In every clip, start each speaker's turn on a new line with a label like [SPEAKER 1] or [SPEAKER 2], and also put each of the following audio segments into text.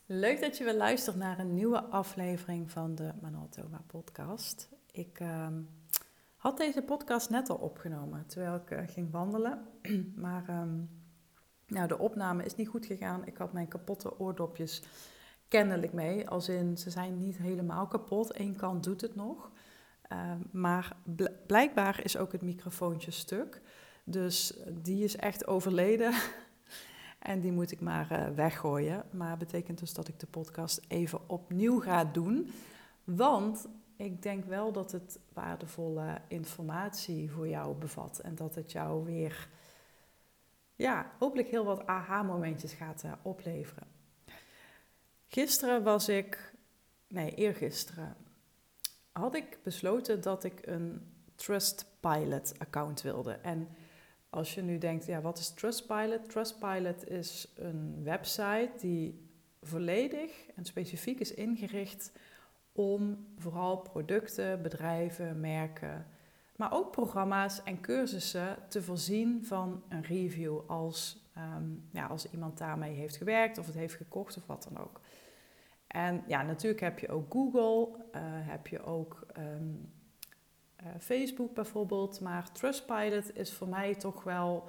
[SPEAKER 1] Leuk dat je weer luistert naar een nieuwe aflevering van de Manuel Thoma podcast. Ik had deze podcast net al opgenomen terwijl ik ging wandelen. Maar de opname is niet goed gegaan. Ik had mijn kapotte oordopjes kennelijk mee. Als in, ze zijn niet helemaal kapot. Eén kant doet het nog. Maar blijkbaar is ook het microfoontje stuk. Dus die is echt overleden. En die moet ik maar weggooien. Maar dat betekent dus dat ik de podcast even opnieuw ga doen. Want ik denk wel dat het waardevolle informatie voor jou bevat. En dat het jou weer, hopelijk heel wat aha-momentjes gaat opleveren. Eergisteren had ik besloten dat ik een Trustpilot account wilde. En als je nu denkt, wat is Trustpilot? Trustpilot is een website die volledig en specifiek is ingericht om vooral producten, bedrijven, merken, maar ook programma's en cursussen te voorzien van een review als iemand daarmee heeft gewerkt of het heeft gekocht of wat dan ook. En natuurlijk heb je ook Google, heb je ook Facebook bijvoorbeeld, maar Trustpilot is voor mij toch wel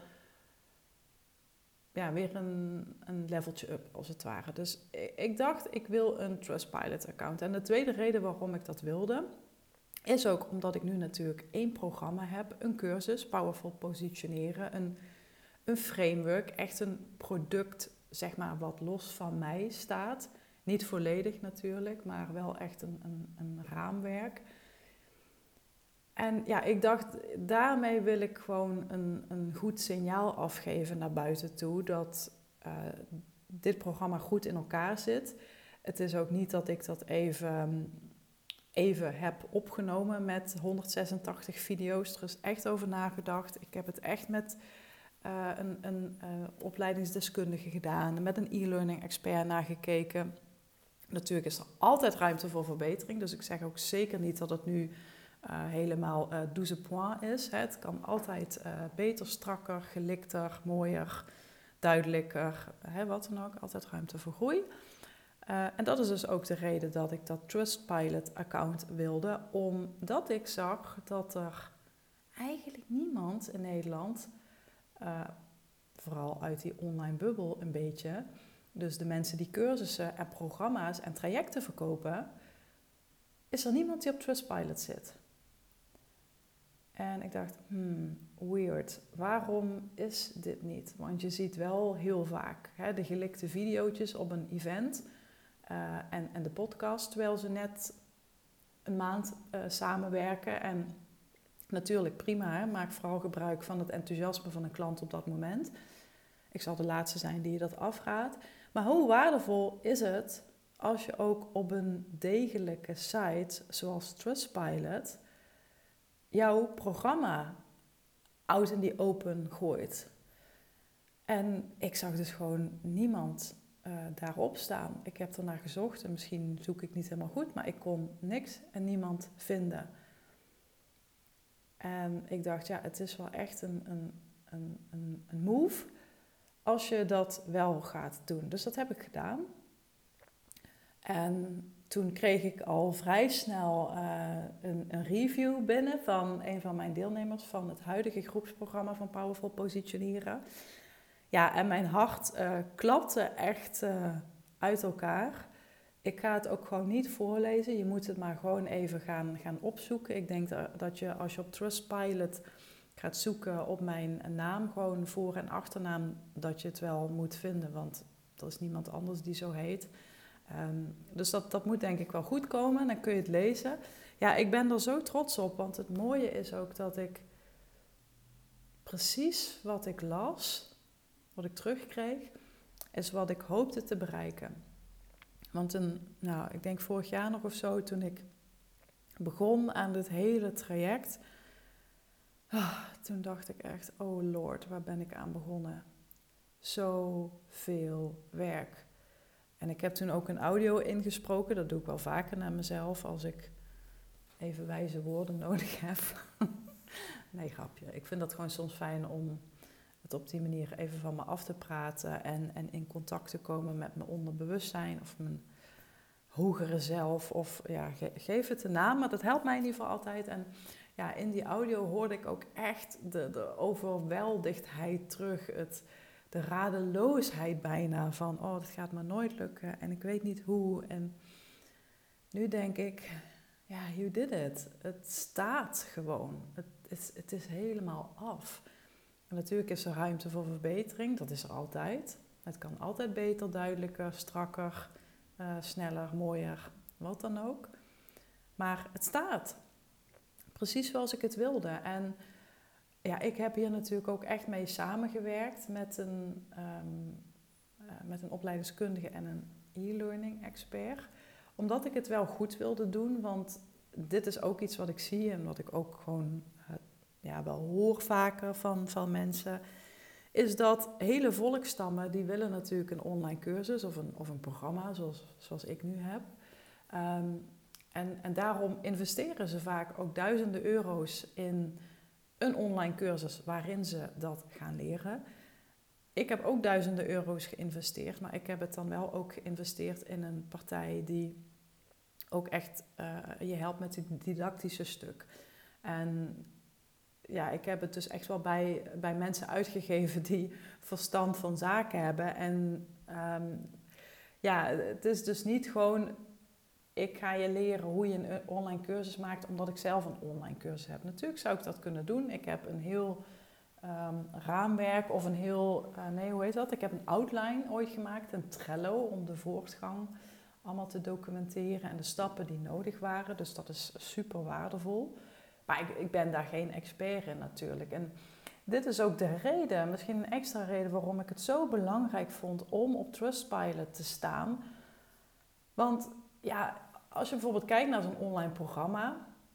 [SPEAKER 1] weer een leveltje up als het ware. Dus ik dacht, ik wil een Trustpilot account. En de tweede reden waarom ik dat wilde, is ook omdat ik nu natuurlijk 1 programma heb, een cursus, Powerful Positioneren, een framework, echt een product, zeg maar, wat los van mij staat. Niet volledig natuurlijk, maar wel echt een raamwerk. En ik dacht, daarmee wil ik gewoon een goed signaal afgeven naar buiten toe dat dit programma goed in elkaar zit. Het is ook niet dat ik dat even heb opgenomen met 186 video's. Er is echt over nagedacht. Ik heb het echt met een opleidingsdeskundige gedaan, met een e-learning expert nagekeken. Natuurlijk is er altijd ruimte voor verbetering, dus ik zeg ook zeker niet dat het nu helemaal douze point is. Hè. Het kan altijd beter, strakker, gelikter, mooier, duidelijker, wat dan ook. Altijd ruimte voor groei. En dat is dus ook de reden dat ik dat Trustpilot-account wilde. Omdat ik zag dat er eigenlijk niemand in Nederland, vooral uit die online bubbel een beetje, dus de mensen die cursussen en programma's en trajecten verkopen, is er niemand die op Trustpilot zit. En ik dacht, weird. Waarom is dit niet? Want je ziet wel heel vaak de gelikte video's op een event en de podcast, terwijl ze net een maand samenwerken. En natuurlijk prima, maak vooral gebruik van het enthousiasme van een klant op dat moment. Ik zal de laatste zijn die je dat afraadt. Maar hoe waardevol is het als je ook op een degelijke site zoals Trustpilot jouw programma out in the open gooit. En ik zag dus gewoon niemand daarop staan. Ik heb ernaar gezocht en misschien zoek ik niet helemaal goed, maar ik kon niks en niemand vinden. En ik dacht, het is wel echt een move als je dat wel gaat doen. Dus dat heb ik gedaan. En toen kreeg ik al vrij snel een review binnen van een van mijn deelnemers van het huidige groepsprogramma van Powerful Positioneren. Ja, en mijn hart klapte echt uit elkaar. Ik ga het ook gewoon niet voorlezen. Je moet het maar gewoon even gaan opzoeken. Ik denk dat je als je op Trustpilot gaat zoeken op mijn naam, gewoon voor- en achternaam, dat je het wel moet vinden. Want er is niemand anders die zo heet. Dus dat moet denk ik wel goed komen. Dan kun je het lezen. Ja, ik ben er zo trots op. Want het mooie is ook dat ik precies wat ik las, wat ik terugkreeg, is wat ik hoopte te bereiken. Want ik denk vorig jaar nog of zo, toen ik begon aan dit hele traject, toen dacht ik echt, oh Lord, waar ben ik aan begonnen? Zoveel werk. En ik heb toen ook een audio ingesproken. Dat doe ik wel vaker naar mezelf als ik even wijze woorden nodig heb. Nee, grapje. Ik vind dat gewoon soms fijn om het op die manier even van me af te praten en in contact te komen met mijn onderbewustzijn of mijn hogere zelf. Of ja, geef het een naam, maar dat helpt mij in ieder geval altijd. En ja, in die audio hoorde ik ook echt de overweldigdheid terug. De radeloosheid bijna van, oh, dat gaat me nooit lukken en ik weet niet hoe. En nu denk ik, ja, you did it. Het staat gewoon. Het is helemaal af. En natuurlijk is er ruimte voor verbetering, dat is er altijd. Het kan altijd beter, duidelijker, strakker, sneller, mooier, wat dan ook. Maar het staat. Precies zoals ik het wilde. En ja, ik heb hier natuurlijk ook echt mee samengewerkt met een opleidingskundige en een e-learning expert. Omdat ik het wel goed wilde doen, want dit is ook iets wat ik zie en wat ik ook gewoon wel hoor vaker van mensen. Is dat hele volkstammen, die willen natuurlijk een online cursus of een programma zoals ik nu heb. En daarom investeren ze vaak ook duizenden euro's in een online cursus waarin ze dat gaan leren. Ik heb ook duizenden euro's geïnvesteerd, maar ik heb het dan wel ook geïnvesteerd in een partij die ook echt je helpt met het didactische stuk. En ja, ik heb het dus echt wel bij mensen uitgegeven die verstand van zaken hebben. En het is dus niet gewoon, ik ga je leren hoe je een online cursus maakt, omdat ik zelf een online cursus heb. Natuurlijk zou ik dat kunnen doen. Ik heb een heel raamwerk of een heel, ik heb een outline ooit gemaakt, een Trello, om de voortgang allemaal te documenteren en de stappen die nodig waren. Dus dat is super waardevol. Maar ik ben daar geen expert in natuurlijk. En dit is ook de reden, misschien een extra reden waarom ik het zo belangrijk vond om op Trustpilot te staan. Want ja, als je bijvoorbeeld kijkt naar zo'n online programma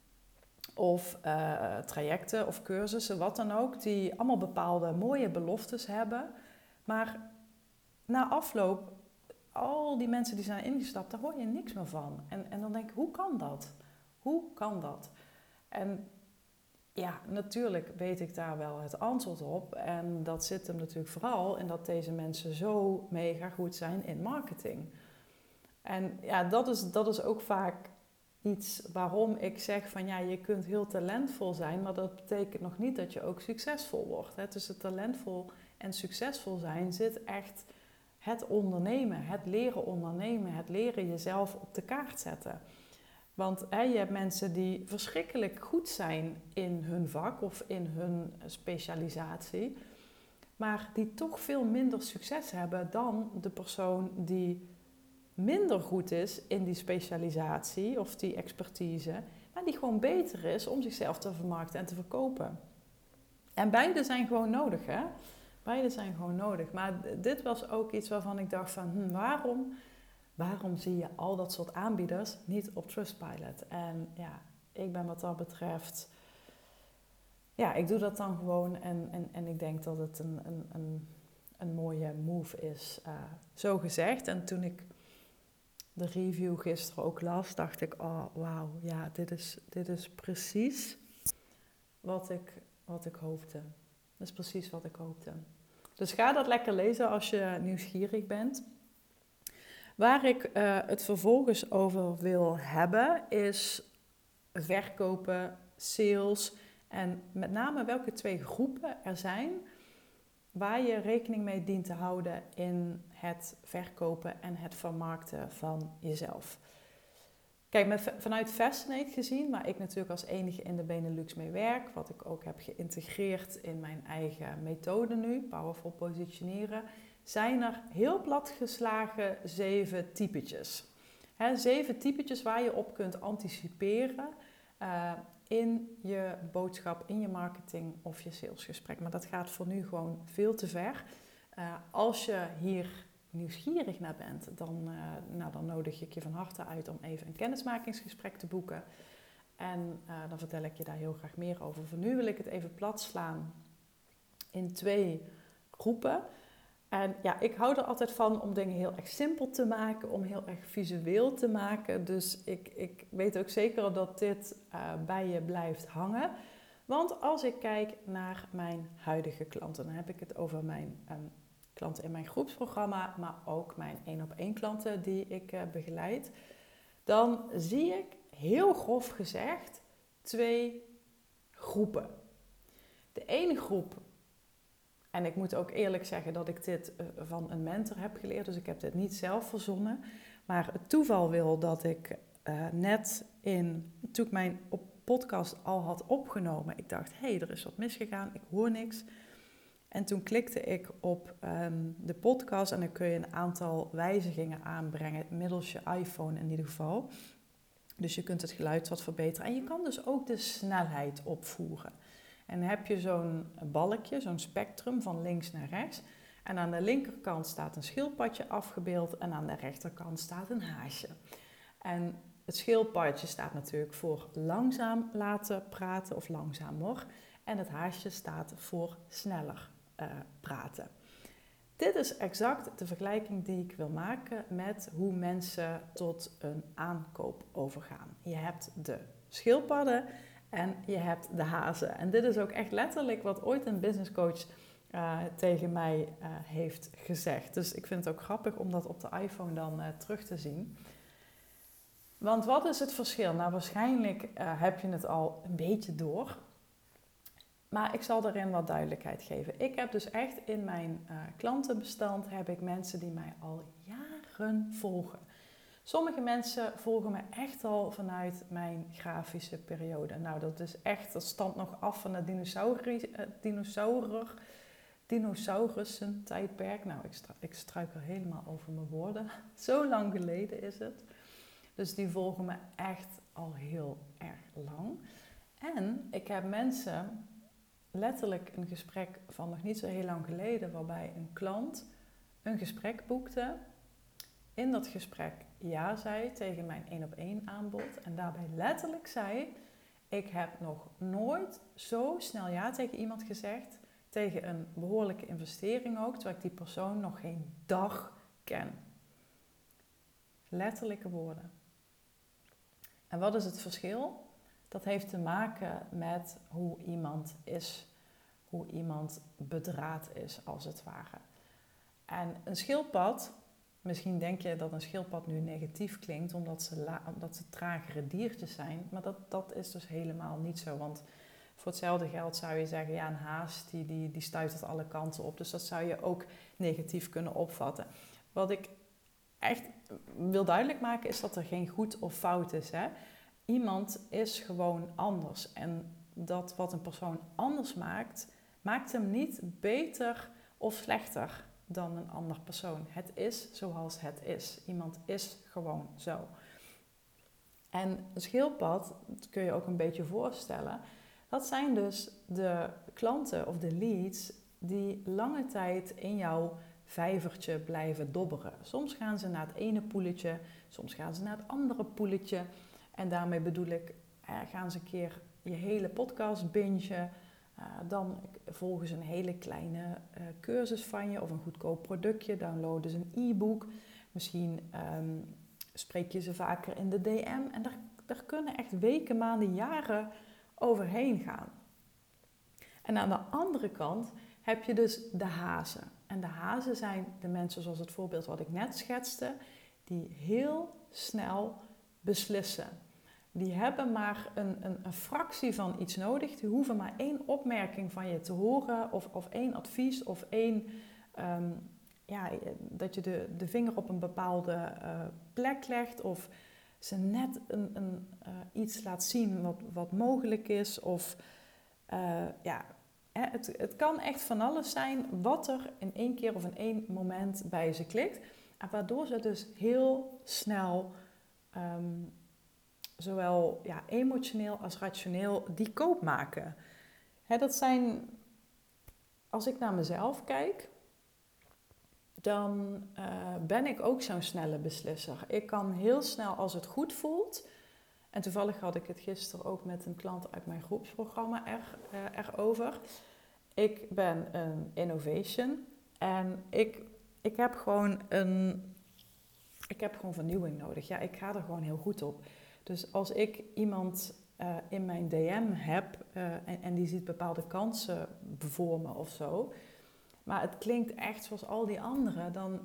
[SPEAKER 1] of trajecten of cursussen, wat dan ook, die allemaal bepaalde mooie beloftes hebben. Maar na afloop, al die mensen die zijn ingestapt, daar hoor je niks meer van. En dan denk ik, hoe kan dat? Hoe kan dat? En ja, natuurlijk weet ik daar wel het antwoord op. En dat zit hem natuurlijk vooral in dat deze mensen zo mega goed zijn in marketing. En ja, dat is ook vaak iets waarom ik zeg van ja, je kunt heel talentvol zijn, maar dat betekent nog niet dat je ook succesvol wordt. Hè. Tussen talentvol en succesvol zijn zit echt het ondernemen, het leren ondernemen, het leren jezelf op de kaart zetten. Want je hebt mensen die verschrikkelijk goed zijn in hun vak of in hun specialisatie, maar die toch veel minder succes hebben dan de persoon die minder goed is in die specialisatie of die expertise, maar die gewoon beter is om zichzelf te vermarkten en te verkopen. En beide zijn gewoon nodig, hè? Beide zijn gewoon nodig. Maar dit was ook iets waarvan ik dacht van, waarom zie je al dat soort aanbieders niet op Trustpilot? En ja, ik ben wat dat betreft, ja, ik doe dat dan gewoon en ik denk dat het een mooie move is, zo gezegd. En toen ik de review gisteren ook las, dacht ik, oh wauw, ja, dit is precies wat ik hoopte. Dat is precies wat ik hoopte. Dus ga dat lekker lezen als je nieuwsgierig bent. Waar ik het vervolgens over wil hebben is verkopen, sales en met name welke twee groepen er zijn waar je rekening mee dient te houden in het verkopen en het vermarkten van jezelf. Kijk, vanuit Fascinate gezien, waar ik natuurlijk als enige in de Benelux mee werk, wat ik ook heb geïntegreerd in mijn eigen methode nu, Powerful Positioneren, zijn er heel platgeslagen 7 typetjes. 7 typetjes waar je op kunt anticiperen in je boodschap, in je marketing of je salesgesprek. Maar dat gaat voor nu gewoon veel te ver. Als je hier nieuwsgierig naar bent, dan nodig ik je van harte uit om even een kennismakingsgesprek te boeken. En dan vertel ik je daar heel graag meer over. Voor nu wil ik het even plat slaan in 2 groepen. En ja, ik hou er altijd van om dingen heel erg simpel te maken, om heel erg visueel te maken. Dus ik weet ook zeker dat dit bij je blijft hangen. Want als ik kijk naar mijn huidige klanten, dan heb ik het over mijn klanten in mijn groepsprogramma, maar ook mijn 1-op-1 klanten die ik begeleid. Dan zie ik heel grof gezegd 2 groepen. De ene groep, en ik moet ook eerlijk zeggen dat ik dit van een mentor heb geleerd, dus ik heb dit niet zelf verzonnen. Maar het toeval wil dat ik toen ik mijn podcast al had opgenomen, ik dacht, hé, er is wat misgegaan, ik hoor niks. En toen klikte ik op de podcast en dan kun je een aantal wijzigingen aanbrengen, middels je iPhone in ieder geval. Dus je kunt het geluid wat verbeteren en je kan dus ook de snelheid opvoeren. En dan heb je zo'n balkje, zo'n spectrum van links naar rechts. En aan de linkerkant staat een schildpadje afgebeeld en aan de rechterkant staat een haasje. En het schildpadje staat natuurlijk voor langzaam laten praten of langzamer. En het haasje staat voor sneller praten. Dit is exact de vergelijking die ik wil maken met hoe mensen tot een aankoop overgaan. Je hebt de schildpadden en je hebt de hazen. En dit is ook echt letterlijk wat ooit een businesscoach tegen mij heeft gezegd. Dus ik vind het ook grappig om dat op de iPhone dan terug te zien. Want wat is het verschil? Nou, waarschijnlijk heb je het al een beetje door. Maar ik zal daarin wat duidelijkheid geven. Ik heb dus echt in mijn klantenbestand heb ik mensen die mij al jaren volgen. Sommige mensen volgen me echt al vanuit mijn grafische periode. Nou, dat stamt nog af van het dinosaurussen tijdperk. Nou, ik struikel helemaal over mijn woorden. Zo lang geleden is het. Dus die volgen me echt al heel erg lang. En ik heb mensen, letterlijk een gesprek van nog niet zo heel lang geleden, waarbij een klant een gesprek boekte. In dat gesprek ja zei tegen mijn 1-op-1 aanbod. En daarbij letterlijk zei, ik heb nog nooit zo snel ja tegen iemand gezegd. Tegen een behoorlijke investering ook, terwijl ik die persoon nog geen dag ken. Letterlijke woorden. En wat is het verschil? Dat heeft te maken met hoe iemand is. Hoe iemand bedraad is, als het ware. En een schildpad, misschien denk je dat een schildpad nu negatief klinkt, omdat ze tragere diertjes zijn. Maar dat is dus helemaal niet zo. Want voor hetzelfde geld zou je zeggen, ja, een haas die stuitert alle kanten op. Dus dat zou je ook negatief kunnen opvatten. Wat ik echt wil duidelijk maken is dat er geen goed of fout is. Hè? Iemand is gewoon anders. En dat wat een persoon anders maakt, maakt hem niet beter of slechter dan een ander persoon. Het is zoals het is. Iemand is gewoon zo. En een schildpad, dat kun je ook een beetje voorstellen, dat zijn dus de klanten of de leads die lange tijd in jouw vijvertje blijven dobberen. Soms gaan ze naar het ene poeletje, soms gaan ze naar het andere poeletje. En daarmee bedoel ik, gaan ze een keer je hele podcast bingen. Dan volgen ze een hele kleine cursus van je of een goedkoop productje. Downloaden ze een e-book. Misschien spreek je ze vaker in de DM. En daar kunnen echt weken, maanden, jaren overheen gaan. En aan de andere kant heb je dus de hazen. En de hazen zijn de mensen, zoals het voorbeeld wat ik net schetste, die heel snel beslissen. Die hebben maar een fractie van iets nodig. Die hoeven maar 1 opmerking van je te horen of 1 advies of 1... dat je de vinger op een bepaalde plek legt of ze net iets laat zien wat mogelijk is. Of het kan echt van alles zijn wat er in 1 keer of in 1 moment bij ze klikt. En waardoor ze dus heel snel, zowel emotioneel als rationeel, die koop maken. Dat zijn, als ik naar mezelf kijk, dan ben ik ook zo'n snelle beslisser. Ik kan heel snel, als het goed voelt, en toevallig had ik het gisteren ook met een klant uit mijn groepsprogramma erover. Ik ben een innovation en ik heb gewoon vernieuwing nodig. Ja, ik ga er gewoon heel goed op. Dus als ik iemand in mijn DM heb en die ziet bepaalde kansen voor me of zo. Maar het klinkt echt zoals al die anderen, dan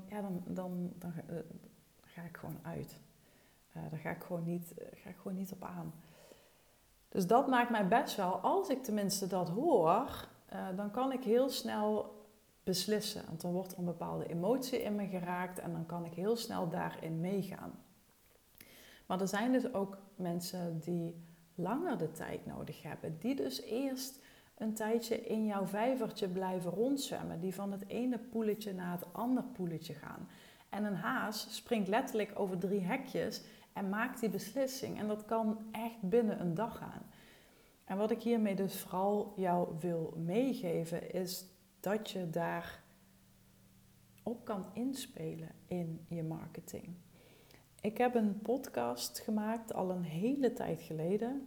[SPEAKER 1] ga ik gewoon uit. Daar ga ik gewoon niet op aan. Dus dat maakt mij best wel, als ik tenminste dat hoor, dan kan ik heel snel beslissen. Want dan wordt er een bepaalde emotie in me geraakt en dan kan ik heel snel daarin meegaan. Maar er zijn dus ook mensen die langer de tijd nodig hebben. Die dus eerst een tijdje in jouw vijvertje blijven rondzwemmen. Die van het ene poeletje naar het andere poeletje gaan. En een haas springt letterlijk over 3 hekjes en maakt die beslissing. En dat kan echt binnen een dag gaan. En wat ik hiermee dus vooral jou wil meegeven is dat je daar op kan inspelen in je marketing. Ik heb een podcast gemaakt al een hele tijd geleden.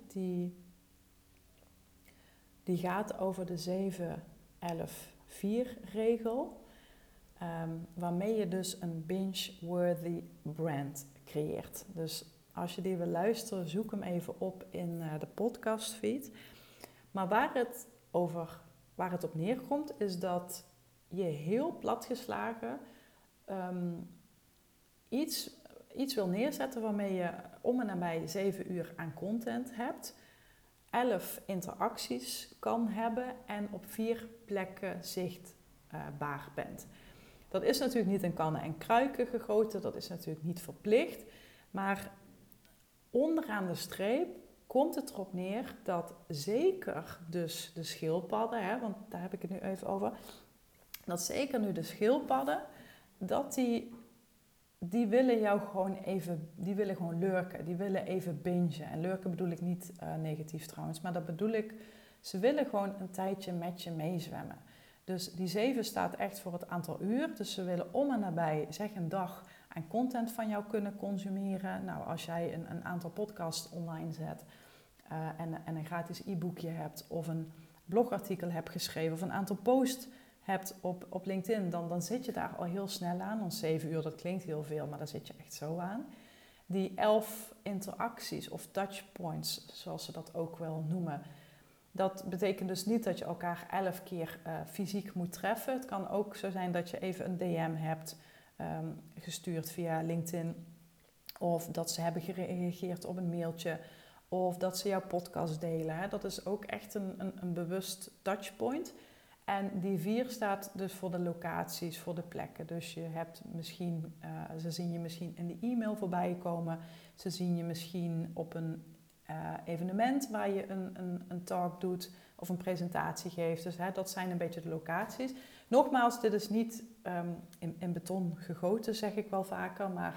[SPEAKER 1] Die gaat over de 7-11-4 regel. Waarmee je dus een binge-worthy brand creëert. Dus als je die wil luisteren, zoek hem even op in de podcastfeed. Maar waar het op neerkomt, is dat je heel platgeslagen iets wil neerzetten waarmee je om en nabij 7 uur aan content hebt, 11 interacties kan hebben en op 4 plekken zichtbaar bent. Dat is natuurlijk niet in kannen en kruiken gegoten, dat is natuurlijk niet verplicht, maar onderaan de streep komt het erop neer dat zeker dus de schildpadden, want daar heb ik het nu even over, dat zeker nu de schildpadden, dat die willen jou gewoon even, die willen gewoon lurken, die willen even bingen. En lurken bedoel ik niet negatief trouwens, maar dat bedoel ik, ze willen gewoon een tijdje met je meezwemmen. Dus die 7 staat echt voor het aantal uur, dus ze willen om en nabij, zeg een dag, aan content van jou kunnen consumeren. Nou, als jij een aantal podcasts online zet en een gratis e-boekje hebt of een blogartikel hebt geschreven of een aantal posts hebt op LinkedIn, dan zit je daar al heel snel aan. Want 7 uur, dat klinkt heel veel, maar daar zit je echt zo aan. Die 11 interacties of touchpoints, zoals ze dat ook wel noemen. Dat betekent dus niet dat je elkaar 11 keer fysiek moet treffen. Het kan ook zo zijn dat je even een DM hebt gestuurd via LinkedIn. Of dat ze hebben gereageerd op een mailtje. Of dat ze jouw podcast delen. Hè. Dat is ook echt een bewust touchpoint. En die 4 staat dus voor de locaties, voor de plekken. Dus je hebt misschien, ze zien je misschien in de e-mail voorbij komen. Ze zien je misschien op een evenement waar je een talk doet of een presentatie geeft. Dus dat zijn een beetje de locaties. Nogmaals, dit is niet in beton gegoten, zeg ik wel vaker, maar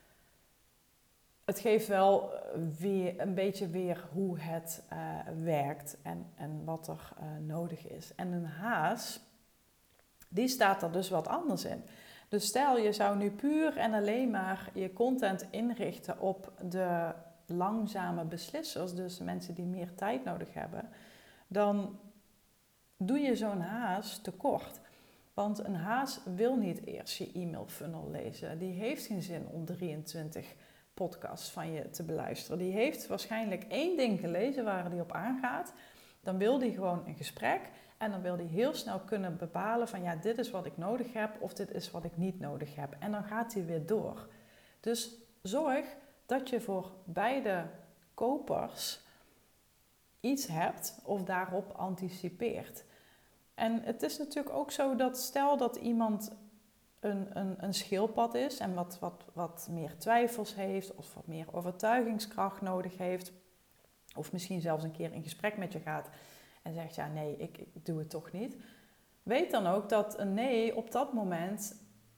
[SPEAKER 1] het geeft wel weer een beetje weer hoe het werkt en wat er nodig is. En een haas, die staat er dus wat anders in. Dus stel, je zou nu puur en alleen maar je content inrichten op de langzame beslissers, dus mensen die meer tijd nodig hebben, dan doe je zo'n haas tekort. Want een haas wil niet eerst je e-mail funnel lezen. Die heeft geen zin om 23 podcasts van je te beluisteren. Die heeft waarschijnlijk 1 ding gelezen waar hij op aangaat. Dan wil hij gewoon een gesprek en dan wil hij heel snel kunnen bepalen van ja, dit is wat ik nodig heb of dit is wat ik niet nodig heb. En dan gaat hij weer door. Dus zorg dat je voor beide kopers iets hebt of daarop anticipeert. En het is natuurlijk ook zo dat stel dat iemand een schildpad is en wat meer twijfels heeft of wat meer overtuigingskracht nodig heeft, of misschien zelfs een keer in gesprek met je gaat en zegt ja nee, ik doe het toch niet. Weet dan ook dat een nee op dat moment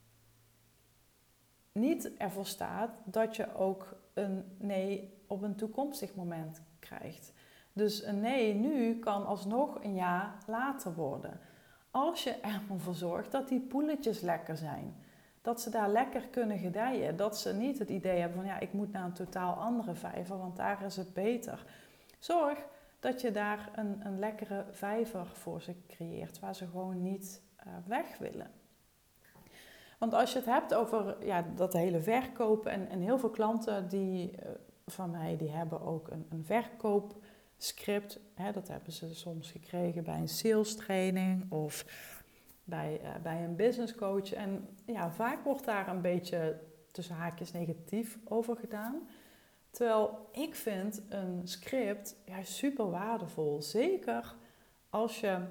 [SPEAKER 1] niet ervoor staat dat je ook een nee op een toekomstig moment krijgt. Dus een nee nu kan alsnog een ja later worden. Als je ervoor zorgt dat die poeletjes lekker zijn. Dat ze daar lekker kunnen gedijen. Dat ze niet het idee hebben van ja, ik moet naar een totaal andere vijver, want daar is het beter. Zorg dat je daar een lekkere vijver voor ze creëert, waar ze gewoon niet weg willen. Want als je het hebt over dat hele verkopen en heel veel klanten van mij, die hebben ook een verkoop script, dat hebben ze soms gekregen bij een sales training of bij een business coach. En ja, vaak wordt daar een beetje tussen haakjes negatief over gedaan. Terwijl ik vind een script juist super waardevol. Zeker als je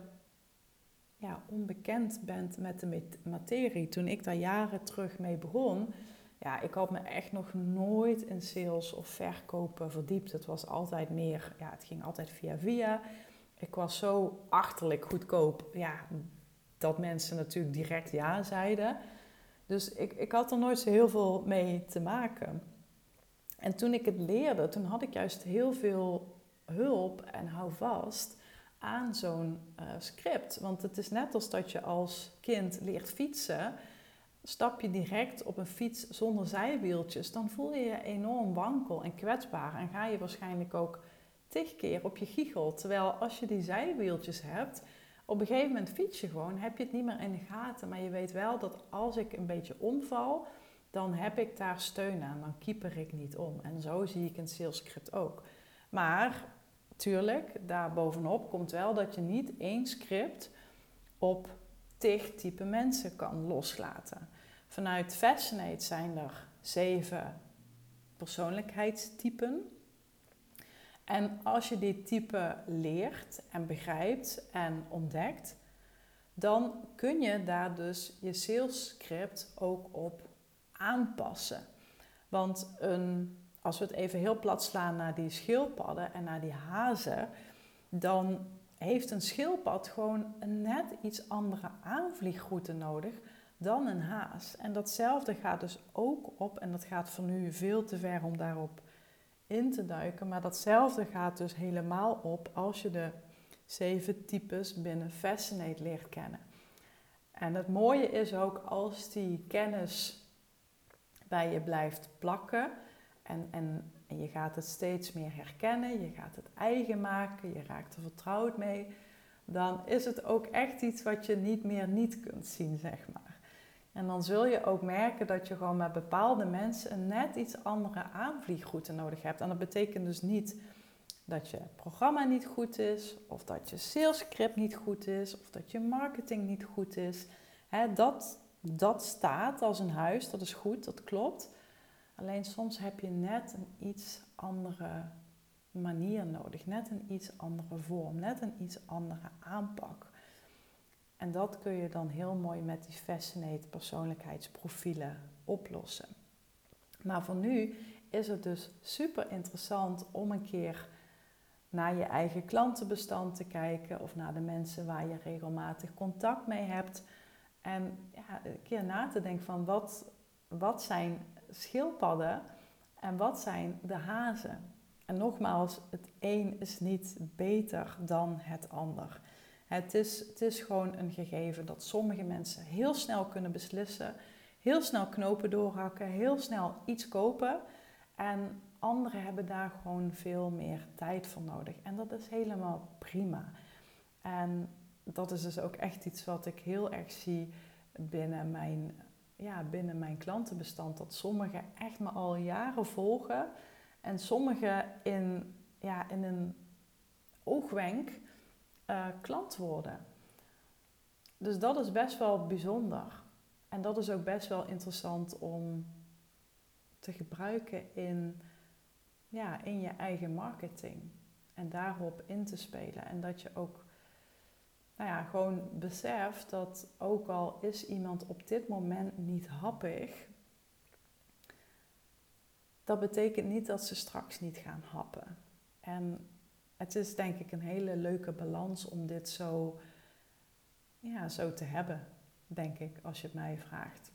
[SPEAKER 1] onbekend bent met de materie. Toen ik daar jaren terug mee begon, ik had me echt nog nooit in sales of verkopen verdiept. Het was altijd meer, het ging altijd via. Ik was zo achterlijk goedkoop, dat mensen natuurlijk direct ja zeiden. Dus ik had er nooit zo heel veel mee te maken. En toen ik het leerde, toen had ik juist heel veel hulp en houvast aan zo'n script. Want het is net als dat je als kind leert fietsen. Stap je direct op een fiets zonder zijwieltjes, dan voel je je enorm wankel en kwetsbaar. En ga je waarschijnlijk ook 10 keer op je giegel. Terwijl als je die zijwieltjes hebt, op een gegeven moment fiets je gewoon, heb je het niet meer in de gaten. Maar je weet wel dat als ik een beetje omval, dan heb ik daar steun aan. Dan keeper ik niet om. En zo zie ik een salesscript ook. Maar, tuurlijk, daar bovenop komt wel dat je niet één script op 10 type mensen kan loslaten. Vanuit Fascinate zijn er 7 persoonlijkheidstypen. En als je die typen leert en begrijpt en ontdekt, dan kun je daar dus je salesscript ook op aanpassen. Want als we het even heel plat slaan naar die schildpadden en naar die hazen, dan heeft een schildpad gewoon een net iets andere aanvliegroute nodig dan een haas. En datzelfde gaat dus ook op, en dat gaat voor nu veel te ver om daarop in te duiken, maar datzelfde gaat dus helemaal op als je de 7 types binnen Fascinate leert kennen. En het mooie is ook als die kennis bij je blijft plakken en je gaat het steeds meer herkennen, je gaat het eigen maken, je raakt er vertrouwd mee, dan is het ook echt iets wat je niet meer niet kunt zien, zeg maar. En dan zul je ook merken dat je gewoon met bepaalde mensen een net iets andere aanvliegroute nodig hebt. En dat betekent dus niet dat je programma niet goed is, of dat je salesscript niet goed is, of dat je marketing niet goed is. Dat staat als een huis, dat is goed, dat klopt. Alleen soms heb je net een iets andere manier nodig, net een iets andere vorm, net een iets andere aanpak. En dat kun je dan heel mooi met die Fascinate persoonlijkheidsprofielen oplossen. Maar voor nu is het dus super interessant om een keer naar je eigen klantenbestand te kijken of naar de mensen waar je regelmatig contact mee hebt. En een keer na te denken van wat zijn schildpadden en wat zijn de hazen. En nogmaals, het een is niet beter dan het ander. Het is gewoon een gegeven dat sommige mensen heel snel kunnen beslissen, heel snel knopen doorhakken, heel snel iets kopen. En anderen hebben daar gewoon veel meer tijd voor nodig. En dat is helemaal prima. En dat is dus ook echt iets wat ik heel erg zie binnen mijn klantenbestand. Dat sommigen echt me al jaren volgen en sommigen in een oogwenk klant worden. Dus dat is best wel bijzonder. En dat is ook best wel interessant om te gebruiken in je eigen marketing. En daarop in te spelen. En dat je ook gewoon beseft dat ook al is iemand op dit moment niet happig, dat betekent niet dat ze straks niet gaan happen. En het is denk ik een hele leuke balans om dit zo te hebben, denk ik, als je het mij vraagt.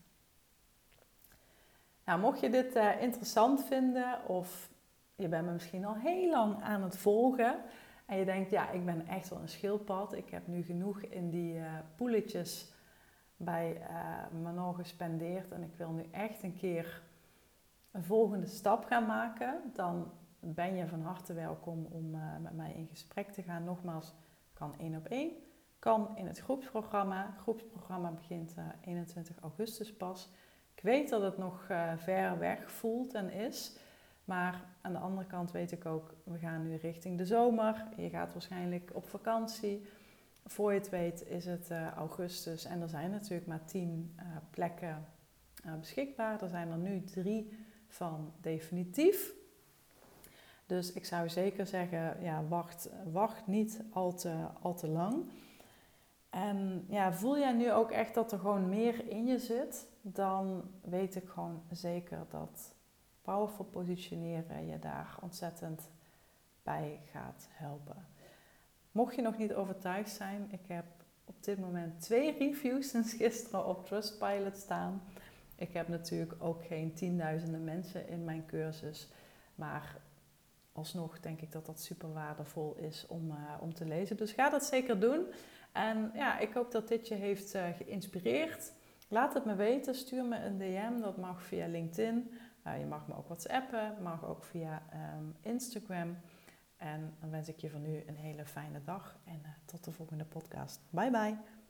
[SPEAKER 1] Nou, mocht je dit interessant vinden of je bent me misschien al heel lang aan het volgen en je denkt, ik ben echt wel een schildpad. Ik heb nu genoeg in die poeletjes bij Manon gespendeerd en ik wil nu echt een keer een volgende stap gaan maken. Dan ben je van harte welkom om met mij in gesprek te gaan. Nogmaals, kan 1-op-1, kan in het groepsprogramma. Het groepsprogramma begint 21 augustus pas. Ik weet dat het nog ver weg voelt en is. Maar aan de andere kant weet ik ook, we gaan nu richting de zomer. Je gaat waarschijnlijk op vakantie. Voor je het weet is het augustus en er zijn natuurlijk maar 10 plekken beschikbaar. Er zijn er nu 3 van definitief. Dus ik zou zeker zeggen, ja, wacht niet al te lang. En ja, voel jij nu ook echt dat er gewoon meer in je zit, dan weet ik gewoon zeker dat powerful positioneren je daar ontzettend bij gaat helpen. Mocht je nog niet overtuigd zijn, ik heb op dit moment 2 reviews sinds gisteren op Trustpilot staan. Ik heb natuurlijk ook geen tienduizenden mensen in mijn cursus, maar alsnog denk ik dat dat super waardevol is om te lezen. Dus ga dat zeker doen. En ja, ik hoop dat dit je heeft geïnspireerd. Laat het me weten, stuur me een DM, dat mag via LinkedIn. Je mag me ook WhatsAppen, mag ook via Instagram. En dan wens ik je voor nu een hele fijne dag en tot de volgende podcast. Bye bye!